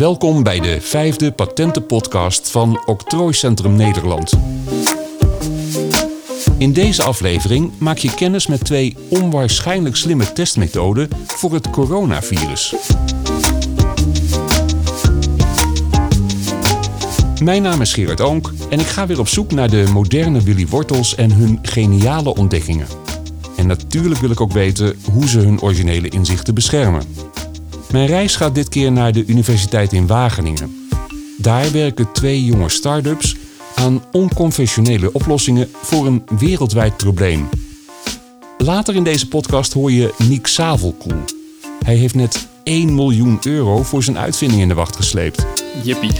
Welkom bij de 5e patentenpodcast van Octrooicentrum Nederland. In deze aflevering maak je kennis met 2 onwaarschijnlijk slimme testmethoden voor het coronavirus. Mijn naam is Gerard Oonk en ik ga weer op zoek naar de moderne Willy Wortels en hun geniale ontdekkingen. En natuurlijk wil ik ook weten hoe ze hun originele inzichten beschermen. Mijn reis gaat dit keer naar de Universiteit in Wageningen. Daar werken 2 jonge start-ups aan onconventionele oplossingen voor een wereldwijd probleem. Later in deze podcast hoor je Niek Savelkoel. Hij heeft net 1 miljoen euro voor zijn uitvinding in de wacht gesleept. Jippie.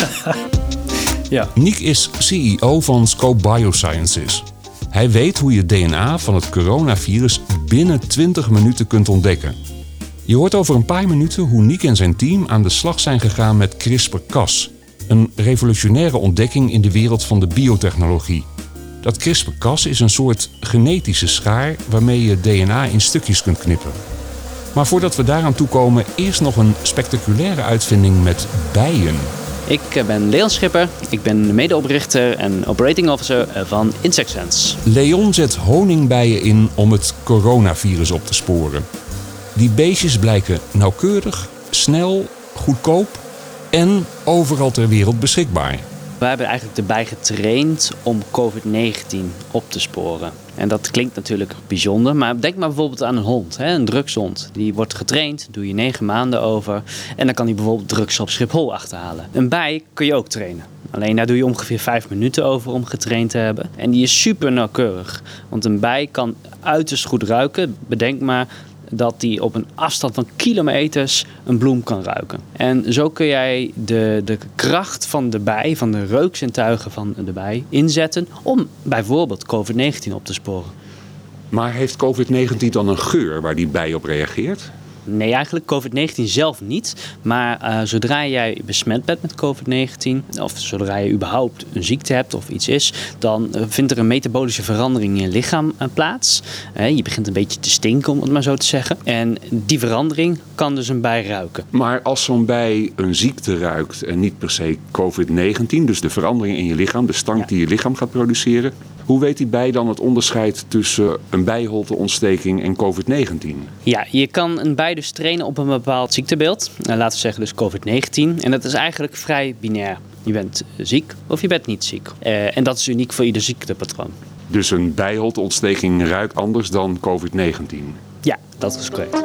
Ja. Niek is CEO van Scope Biosciences. Hij weet hoe je DNA van het coronavirus binnen 20 minuten kunt ontdekken. Je hoort over een paar minuten hoe Niek en zijn team aan de slag zijn gegaan met CRISPR-Cas. Een revolutionaire ontdekking in de wereld van de biotechnologie. Dat CRISPR-Cas is een soort genetische schaar waarmee je DNA in stukjes kunt knippen. Maar voordat we daaraan toekomen, eerst nog een spectaculaire uitvinding met bijen. Ik ben Leon Schipper. Ik ben medeoprichter en operating officer van InsectSense. Leon zet honingbijen in om het coronavirus op te sporen. Die beestjes blijken nauwkeurig, snel, goedkoop en overal ter wereld beschikbaar. We hebben eigenlijk de bij getraind om COVID-19 op te sporen. En dat klinkt natuurlijk bijzonder, maar denk maar bijvoorbeeld aan een hond, een drugshond. Die wordt getraind, doe je 9 maanden over en dan kan hij bijvoorbeeld drugs op Schiphol achterhalen. Een bij kun je ook trainen. Alleen daar doe je ongeveer 5 minuten over om getraind te hebben. En die is super nauwkeurig, want een bij kan uiterst goed ruiken. Bedenk maar dat die op een afstand van kilometers een bloem kan ruiken. En zo kun jij de kracht van de bij, van de reukzintuigen van de bij, inzetten om bijvoorbeeld COVID-19 op te sporen. Maar heeft COVID-19 dan een geur waar die bij op reageert? Nee, eigenlijk COVID-19 zelf niet. Maar zodra jij besmet bent met COVID-19, of zodra je überhaupt een ziekte hebt of iets is, dan vindt er een metabolische verandering in je lichaam plaats. Je begint een beetje te stinken, om het maar zo te zeggen. En die verandering kan dus een bij ruiken. Maar als zo'n bij een ziekte ruikt en niet per se COVID-19, dus de verandering in je lichaam, de stank die je lichaam gaat produceren, hoe weet die bij dan het onderscheid tussen een bijholteontsteking en COVID-19? Ja, je kan een bij dus trainen op een bepaald ziektebeeld. Laten we zeggen dus COVID-19. En dat is eigenlijk vrij binair. Je bent ziek of je bent niet ziek. En dat is uniek voor ieder ziektepatroon. Dus een bijholteontsteking ruikt anders dan COVID-19? Ja, dat is correct.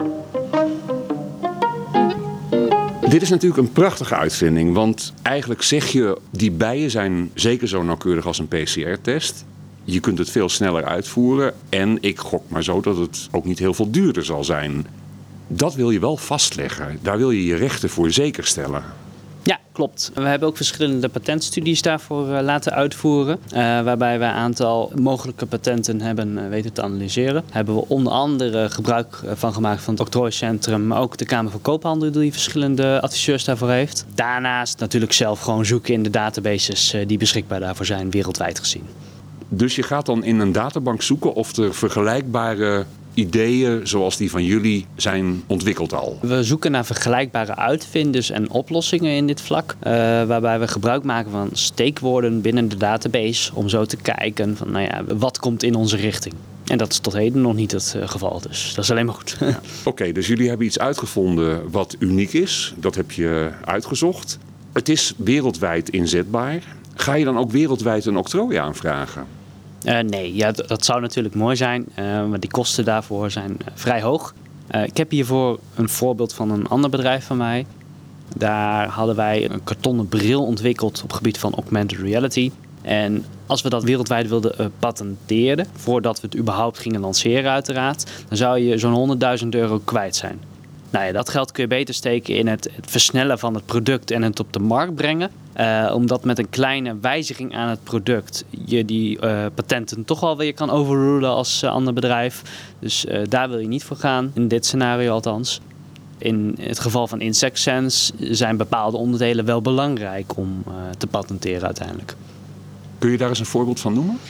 Dit is natuurlijk een prachtige uitvinding, want eigenlijk zeg je, die bijen zijn zeker zo nauwkeurig als een PCR-test. Je kunt het veel sneller uitvoeren en ik gok maar zo dat het ook niet heel veel duurder zal zijn. Dat wil je wel vastleggen, daar wil je je rechten voor zeker stellen. Ja, klopt. We hebben ook verschillende patentstudies daarvoor laten uitvoeren. Waarbij we een aantal mogelijke patenten hebben weten te analyseren. Hebben we onder andere gebruik van gemaakt van het Octrooicentrum, maar ook de Kamer van Koophandel die verschillende adviseurs daarvoor heeft. Daarnaast natuurlijk zelf gewoon zoeken in de databases die beschikbaar daarvoor zijn, wereldwijd gezien. Dus je gaat dan in een databank zoeken of er vergelijkbare ideeën zoals die van jullie zijn ontwikkeld al? We zoeken naar vergelijkbare uitvinders en oplossingen in dit vlak. Waarbij we gebruik maken van steekwoorden binnen de database. Om zo te kijken van wat komt in onze richting. En dat is tot heden nog niet het geval. Dus dat is alleen maar goed. Ja. Oké, dus jullie hebben iets uitgevonden wat uniek is. Dat heb je uitgezocht. Het is wereldwijd inzetbaar. Ga je dan ook wereldwijd een octrooi aanvragen? Nee, ja, dat zou natuurlijk mooi zijn, maar die kosten daarvoor zijn vrij hoog. Ik heb hiervoor een voorbeeld van een ander bedrijf van mij. Daar hadden wij een kartonnen bril ontwikkeld op het gebied van augmented reality. En als we dat wereldwijd wilden patenteren, voordat we het überhaupt gingen lanceren uiteraard, dan zou je zo'n €100.000 kwijt zijn. Nou ja, dat geld kun je beter steken in het versnellen van het product en het op de markt brengen. Omdat met een kleine wijziging aan het product je die patenten toch wel weer kan overrulen als ander bedrijf. Dus daar wil je niet voor gaan, in dit scenario althans. In het geval van InsectSense zijn bepaalde onderdelen wel belangrijk om te patenteren uiteindelijk. Kun je daar eens een voorbeeld van noemen?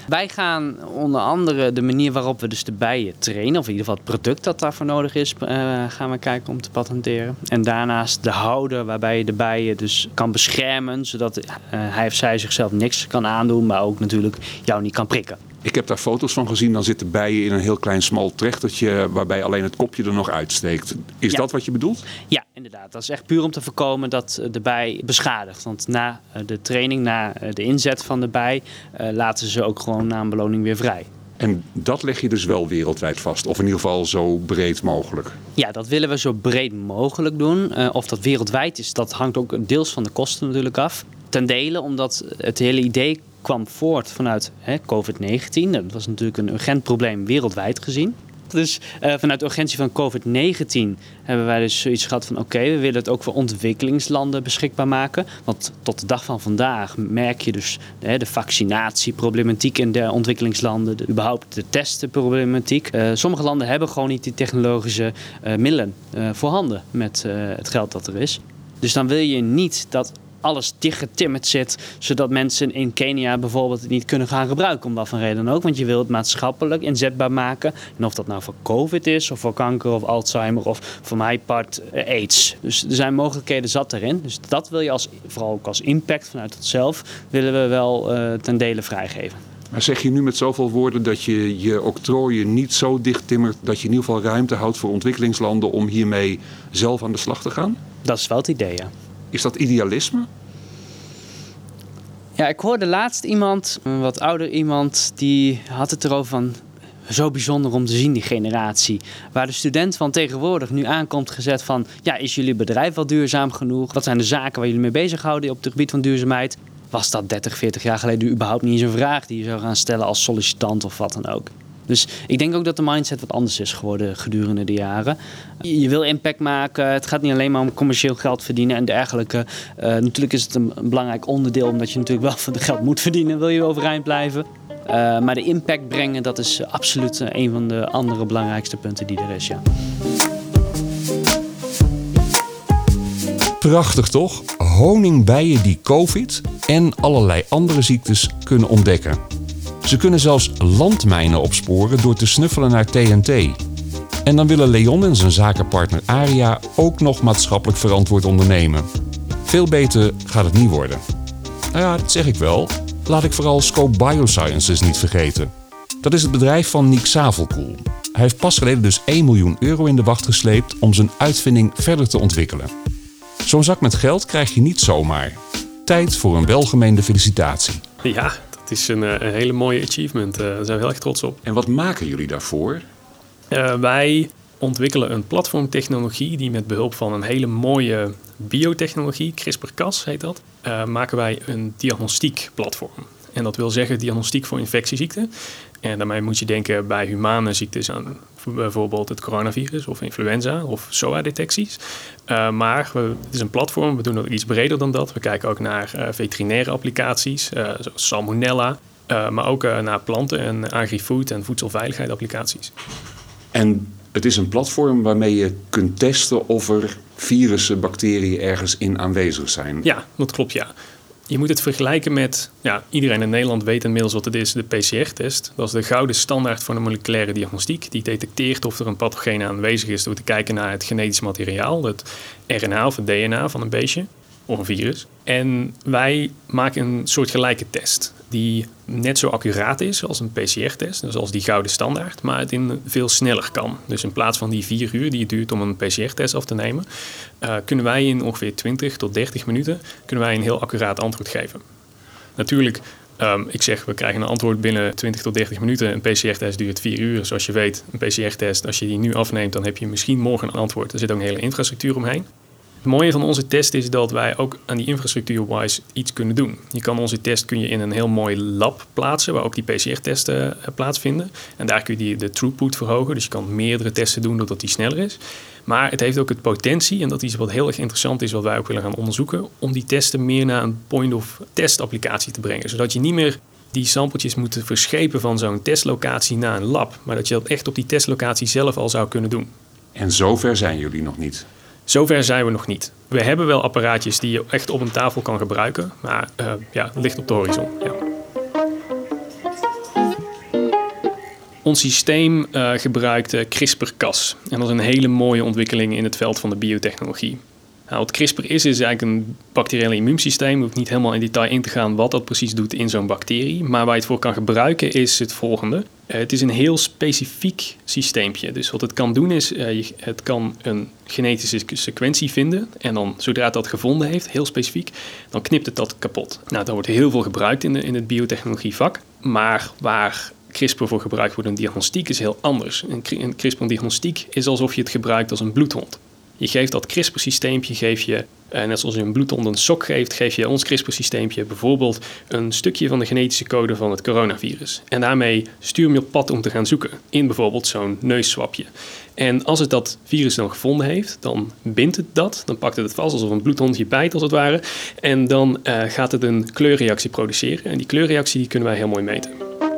Wij gaan onder andere de manier waarop we dus de bijen trainen, of in ieder geval het product dat daarvoor nodig is, gaan we kijken om te patenteren. En daarnaast de houder waarbij je de bijen dus kan beschermen, zodat hij of zij zichzelf niks kan aandoen, maar ook natuurlijk jou niet kan prikken. Ik heb daar foto's van gezien. Dan zitten bijen in een heel klein smal trechtertje waarbij alleen het kopje er nog uitsteekt. Is dat wat je bedoelt? Ja, inderdaad. Dat is echt puur om te voorkomen dat de bij beschadigt. Want na de training, na de inzet van de bij, laten ze ook gewoon na een beloning weer vrij. En dat leg je dus wel wereldwijd vast? Of in ieder geval zo breed mogelijk? Ja, dat willen we zo breed mogelijk doen. Of dat wereldwijd is, dat hangt ook deels van de kosten natuurlijk af. Ten dele omdat het hele idee kwam voort vanuit COVID-19. Dat was natuurlijk een urgent probleem wereldwijd gezien. Dus vanuit de urgentie van COVID-19 hebben wij dus zoiets gehad van oké, we willen het ook voor ontwikkelingslanden beschikbaar maken. Want tot de dag van vandaag merk je dus de vaccinatieproblematiek in de ontwikkelingslanden, überhaupt de testenproblematiek. Sommige landen hebben gewoon niet die technologische middelen voorhanden met het geld dat er is. Dus dan wil je niet dat alles dichtgetimmerd zit, zodat mensen in Kenia bijvoorbeeld het niet kunnen gaan gebruiken, om wat voor reden dan ook. Want je wil het maatschappelijk inzetbaar maken. En of dat nou voor COVID is, of voor kanker, of Alzheimer, of voor mijn part AIDS. Dus er zijn mogelijkheden zat erin. Dus dat wil je vooral ook als impact vanuit onszelf, willen we wel ten dele vrijgeven. Maar zeg je nu met zoveel woorden dat je je octrooien niet zo dicht timmert dat je in ieder geval ruimte houdt voor ontwikkelingslanden om hiermee zelf aan de slag te gaan? Dat is wel het idee, ja. Is dat idealisme? Ja, ik hoorde laatst iemand, een wat ouder iemand, die had het erover van zo bijzonder om te zien, die generatie. Waar de student van tegenwoordig nu aankomt gezet van, ja, is jullie bedrijf wel duurzaam genoeg? Wat zijn de zaken waar jullie mee bezighouden op het gebied van duurzaamheid? Was dat 30, 40 jaar geleden überhaupt niet eens een vraag die je zou gaan stellen als sollicitant of wat dan ook? Dus ik denk ook dat de mindset wat anders is geworden gedurende de jaren. Je wil impact maken. Het gaat niet alleen maar om commercieel geld verdienen en dergelijke. Natuurlijk is het een belangrijk onderdeel, omdat je natuurlijk wel van de geld moet verdienen, wil je overeind blijven. Maar de impact brengen, dat is absoluut een van de andere belangrijkste punten die er is, ja. Prachtig toch? Honingbijen die COVID en allerlei andere ziektes kunnen ontdekken. Ze kunnen zelfs landmijnen opsporen door te snuffelen naar TNT. En dan willen Leon en zijn zakenpartner Aria ook nog maatschappelijk verantwoord ondernemen. Veel beter gaat het niet worden. Nou ja, dat zeg ik wel. Laat ik vooral Scope Biosciences niet vergeten. Dat is het bedrijf van Nick Savelkoel. Hij heeft pas geleden dus 1 miljoen euro in de wacht gesleept om zijn uitvinding verder te ontwikkelen. Zo'n zak met geld krijg je niet zomaar. Tijd voor een welgemeende felicitatie. Ja, het is een hele mooie achievement. Daar zijn we heel erg trots op. En wat maken jullie daarvoor? Wij ontwikkelen een platformtechnologie die met behulp van een hele mooie biotechnologie, CRISPR-Cas heet dat, maken wij een diagnostiekplatform. En dat wil zeggen diagnostiek voor infectieziekten. En daarmee moet je denken bij humane ziektes aan bijvoorbeeld het coronavirus of influenza of SOA-detecties. Maar het is een platform, we doen het iets breder dan dat. We kijken ook naar veterinaire applicaties, zoals salmonella. Maar ook naar planten en agri-food en voedselveiligheid applicaties. En het is een platform waarmee je kunt testen of er virussen, bacteriën ergens in aanwezig zijn. Ja, dat klopt, ja. Je moet het vergelijken met, iedereen in Nederland weet inmiddels wat het is, de PCR-test. Dat is de gouden standaard voor de moleculaire diagnostiek. Die detecteert of er een pathogeen aanwezig is door te kijken naar het genetisch materiaal, het RNA of het DNA van een beestje of een virus. En wij maken een soortgelijke test die net zo accuraat is als een PCR-test, dus als die gouden standaard, maar het veel sneller kan. Dus in plaats van die 4 uur die het duurt om een PCR-test af te nemen, kunnen wij in ongeveer 20 tot 30 minuten kunnen wij een heel accuraat antwoord geven. Natuurlijk, ik zeg, we krijgen een antwoord binnen 20 tot 30 minuten. Een PCR-test duurt 4 uur. Zoals je weet, een PCR-test, als je die nu afneemt, dan heb je misschien morgen een antwoord. Er zit ook een hele infrastructuur omheen. Het mooie van onze test is dat wij ook aan die infrastructuur-wise iets kunnen doen. Onze test kun je in een heel mooi lab plaatsen, waar ook die PCR-testen plaatsvinden. En daar kun je de throughput verhogen, dus je kan meerdere testen doen doordat die sneller is. Maar het heeft ook het potentie, en dat is wat heel erg interessant is, wat wij ook willen gaan onderzoeken, om die testen meer naar een point-of-test applicatie te brengen. Zodat je niet meer die sampletjes moet verschepen van zo'n testlocatie naar een lab, maar dat je dat echt op die testlocatie zelf al zou kunnen doen. En zover zijn jullie nog niet? Zover zijn we nog niet. We hebben wel apparaatjes die je echt op een tafel kan gebruiken. Maar het ligt op de horizon. Ja. Ons systeem gebruikt CRISPR-Cas. En dat is een hele mooie ontwikkeling in het veld van de biotechnologie. Nou, wat CRISPR is eigenlijk een bacteriële immuunsysteem. Ik hoef niet helemaal in detail in te gaan wat dat precies doet in zo'n bacterie. Maar waar je het voor kan gebruiken is het volgende. Het is een heel specifiek systeempje. Dus wat het kan doen is, het kan een genetische sequentie vinden. En dan, zodra het dat gevonden heeft, heel specifiek, dan knipt het dat kapot. Nou, daar wordt heel veel gebruikt in het biotechnologievak. Maar waar CRISPR voor gebruikt wordt in diagnostiek is heel anders. Een CRISPR-diagnostiek is alsof je het gebruikt als een bloedhond. Je geeft dat CRISPR-systeempje, net zoals je een bloedhond een sok geeft, geef je ons CRISPR-systeempje bijvoorbeeld een stukje van de genetische code van het coronavirus. En daarmee stuur je hem op pad om te gaan zoeken in bijvoorbeeld zo'n neusswapje. En als het dat virus dan gevonden heeft, dan bindt het dat. Dan pakt het het vast alsof een bloedhondje bijt als het ware. En dan gaat het een kleurreactie produceren. En die kleurreactie die kunnen wij heel mooi meten.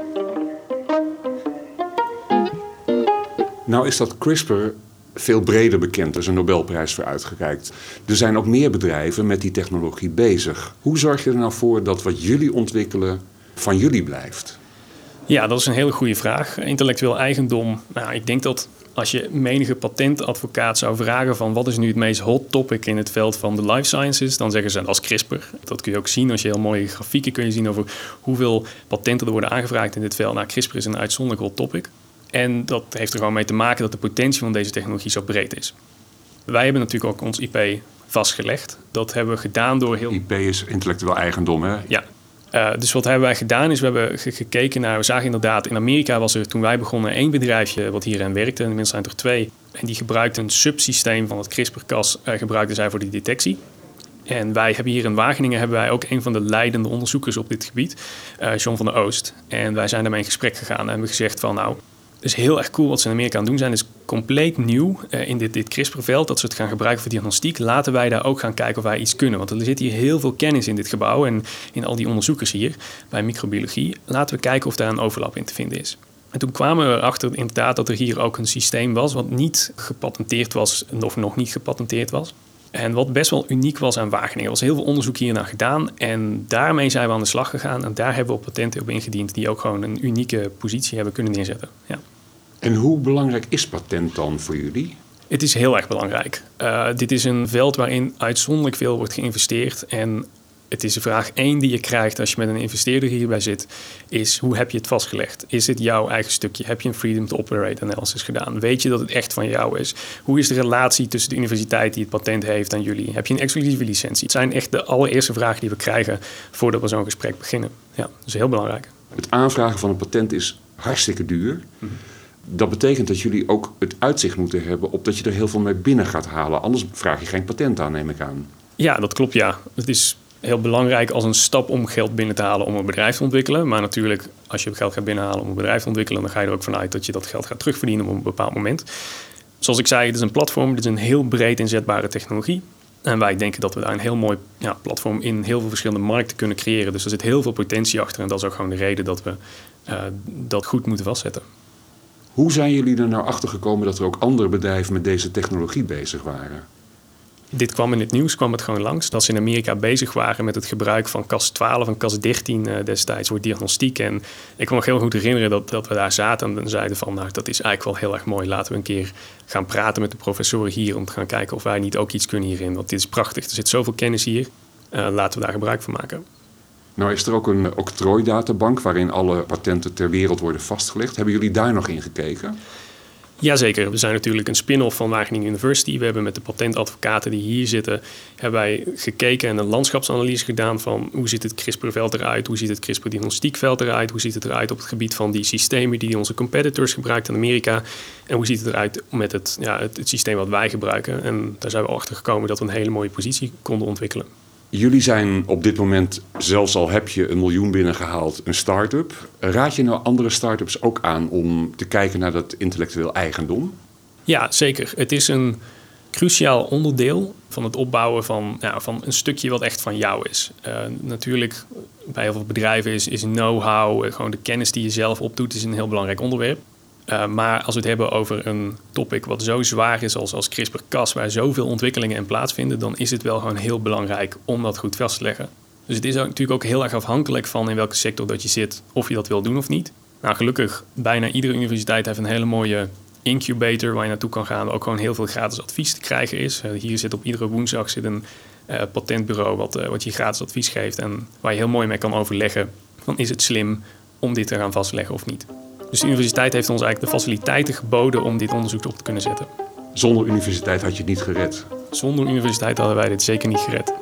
Nou is dat CRISPR veel breder bekend. Er is een Nobelprijs voor uitgereikt. Er zijn ook meer bedrijven met die technologie bezig. Hoe zorg je er nou voor dat wat jullie ontwikkelen van jullie blijft? Ja, dat is een hele goede vraag. Intellectueel eigendom. Nou, ik denk dat als je menige patentadvocaat zou vragen van wat is nu het meest hot topic in het veld van de life sciences, dan zeggen ze dat is CRISPR. Dat kun je ook zien als je heel mooie grafieken kun je zien over hoeveel patenten er worden aangevraagd in dit veld. Nou, CRISPR is een uitzonderlijk hot topic. En dat heeft er gewoon mee te maken dat de potentie van deze technologie zo breed is. Wij hebben natuurlijk ook ons IP vastgelegd. Dat hebben we gedaan door heel... IP is intellectueel eigendom, hè? Ja. Dus wat hebben wij gedaan is, we hebben gekeken naar... We zagen inderdaad, in Amerika was er toen wij begonnen 1 bedrijfje wat hierin werkte. Inmiddels zijn er 2. En die gebruikten een subsysteem van het CRISPR-Cas gebruikten zij voor die detectie. En wij hebben hier in Wageningen ook een van de leidende onderzoekers op dit gebied, John van der Oost. En wij zijn daarmee in gesprek gegaan en hebben gezegd van nou... Het is heel erg cool wat ze in Amerika aan het doen zijn. Het is compleet nieuw in dit CRISPR-veld. Dat ze het gaan gebruiken voor diagnostiek. Laten wij daar ook gaan kijken of wij iets kunnen. Want er zit hier heel veel kennis in dit gebouw. En in al die onderzoekers hier bij microbiologie. Laten we kijken of daar een overlap in te vinden is. En toen kwamen we erachter inderdaad dat er hier ook een systeem was wat niet gepatenteerd was of nog niet gepatenteerd was. En wat best wel uniek was aan Wageningen. Er was heel veel onderzoek hiernaar gedaan. En daarmee zijn we aan de slag gegaan. En daar hebben we patenten op ingediend die ook gewoon een unieke positie hebben kunnen neerzetten. Ja. En hoe belangrijk is patent dan voor jullie? Het is heel erg belangrijk. Dit is een veld waarin uitzonderlijk veel wordt geïnvesteerd. En het is de vraag 1 die je krijgt als je met een investeerder hierbij zit, is hoe heb je het vastgelegd? Is het jouw eigen stukje? Heb je een freedom to operate analysis gedaan? Weet je dat het echt van jou is? Hoe is de relatie tussen de universiteit die het patent heeft en jullie? Heb je een exclusieve licentie? Het zijn echt de allereerste vragen die we krijgen voordat we zo'n gesprek beginnen. Ja, dat is heel belangrijk. Het aanvragen van een patent is hartstikke duur. Dat betekent dat jullie ook het uitzicht moeten hebben op dat je er heel veel mee binnen gaat halen. Anders vraag je geen patent aan, neem ik aan. Ja, dat klopt, ja. Het is heel belangrijk als een stap om geld binnen te halen om een bedrijf te ontwikkelen. Maar natuurlijk, als je geld gaat binnenhalen om een bedrijf te ontwikkelen, dan ga je er ook vanuit dat je dat geld gaat terugverdienen op een bepaald moment. Zoals ik zei, het is een platform, het is een heel breed inzetbare technologie. En wij denken dat we daar een heel mooi platform in heel veel verschillende markten kunnen creëren. Dus er zit heel veel potentie achter en dat is ook gewoon de reden dat we dat goed moeten vastzetten. Hoe zijn jullie er nou achter gekomen dat er ook andere bedrijven met deze technologie bezig waren? Dit kwam in het nieuws, kwam het gewoon langs. Dat ze in Amerika bezig waren met het gebruik van Cas12 en Cas13 destijds voor diagnostiek. En ik kan me nog heel goed herinneren dat we daar zaten en zeiden van nou, dat is eigenlijk wel heel erg mooi. Laten we een keer gaan praten met de professoren hier om te gaan kijken of wij niet ook iets kunnen hierin. Want dit is prachtig. Er zit zoveel kennis hier. Laten we daar gebruik van maken. Nou is er ook een octrooidatabank waarin alle patenten ter wereld worden vastgelegd. Hebben jullie daar nog in gekeken? Jazeker, we zijn natuurlijk een spin-off van Wageningen University. We hebben met de patentadvocaten die hier zitten, hebben wij gekeken en een landschapsanalyse gedaan van hoe ziet het CRISPR-veld eruit, hoe ziet het CRISPR-diagnostiekveld eruit, hoe ziet het eruit op het gebied van die systemen die onze competitors gebruiken in Amerika en hoe ziet het eruit met het systeem wat wij gebruiken. En daar zijn we achter gekomen dat we een hele mooie positie konden ontwikkelen. Jullie zijn op dit moment, zelfs al heb je $1 miljoen binnengehaald, een start-up. Raad je nou andere start-ups ook aan om te kijken naar dat intellectueel eigendom? Ja, zeker. Het is een cruciaal onderdeel van het opbouwen van een stukje wat echt van jou is. Natuurlijk, bij heel veel bedrijven is know-how, gewoon de kennis die je zelf opdoet, is een heel belangrijk onderwerp. Maar als we het hebben over een topic wat zo zwaar is als CRISPR-Cas, waar zoveel ontwikkelingen in plaatsvinden, dan is het wel gewoon heel belangrijk om dat goed vast te leggen. Dus het is natuurlijk ook heel erg afhankelijk van in welke sector dat je zit, of je dat wil doen of niet. Nou, gelukkig, bijna iedere universiteit heeft een hele mooie incubator waar je naartoe kan gaan. Waar ook gewoon heel veel gratis advies te krijgen is. Hier zit op iedere woensdag een patentbureau wat je gratis advies geeft. En waar je heel mooi mee kan overleggen van is het slim om dit te gaan vastleggen of niet. Dus de universiteit heeft ons eigenlijk de faciliteiten geboden om dit onderzoek op te kunnen zetten. Zonder universiteit had je het niet gered. Zonder universiteit hadden wij dit zeker niet gered.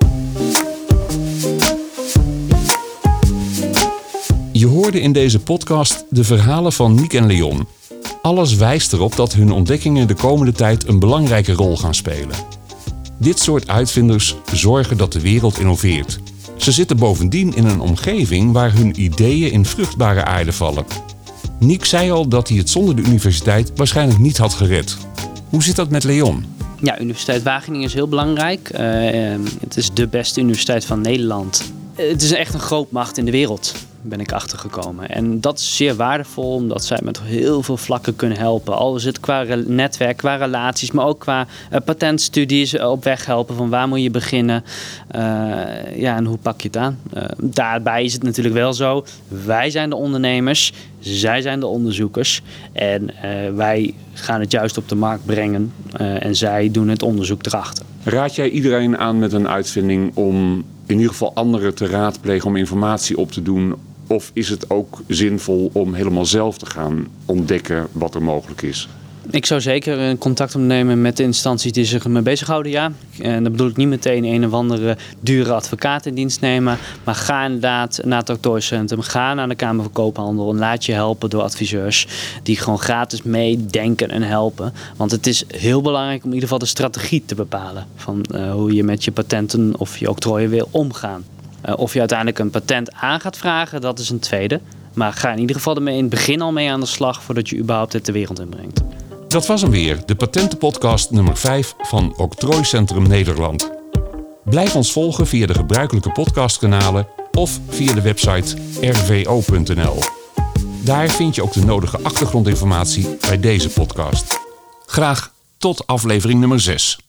Je hoorde in deze podcast de verhalen van Nick en Leon. Alles wijst erop dat hun ontdekkingen de komende tijd een belangrijke rol gaan spelen. Dit soort uitvinders zorgen dat de wereld innoveert. Ze zitten bovendien in een omgeving waar hun ideeën in vruchtbare aarde vallen. Nick zei al dat hij het zonder de universiteit waarschijnlijk niet had gered. Hoe zit dat met Leon? Ja, Universiteit Wageningen is heel belangrijk. Het is de beste universiteit van Nederland. Het is echt een grootmacht in de wereld, ben ik achtergekomen. En dat is zeer waardevol, omdat zij met heel veel vlakken kunnen helpen. Al is het qua netwerk, qua relaties, maar ook qua patentstudies op weg helpen. Van waar moet je beginnen? En hoe pak je het aan? Daarbij is het natuurlijk wel zo, wij zijn de ondernemers, zij zijn de onderzoekers. En wij gaan het juist op de markt brengen en zij doen het onderzoek erachter. Raad jij iedereen aan met een uitvinding om in ieder geval anderen te raadplegen om informatie op te doen? Of is het ook zinvol om helemaal zelf te gaan ontdekken wat er mogelijk is? Ik zou zeker contact opnemen met de instanties die zich ermee bezighouden, ja. En dan bedoel ik niet meteen een of andere dure advocaat in dienst nemen. Maar ga inderdaad naar het octrooicentrum. Ga naar de Kamer van Koophandel en laat je helpen door adviseurs die gewoon gratis meedenken en helpen. Want het is heel belangrijk om in ieder geval de strategie te bepalen van hoe je met je patenten of je octrooien wil omgaan. Of je uiteindelijk een patent aan gaat vragen, dat is een tweede. Maar ga in ieder geval ermee in het begin al mee aan de slag voordat je überhaupt het de wereld inbrengt. Dat was hem weer, de patentenpodcast nummer 5 van Octrooicentrum Nederland. Blijf ons volgen via de gebruikelijke podcastkanalen of via de website rvo.nl. Daar vind je ook de nodige achtergrondinformatie bij deze podcast. Graag tot aflevering nummer 6.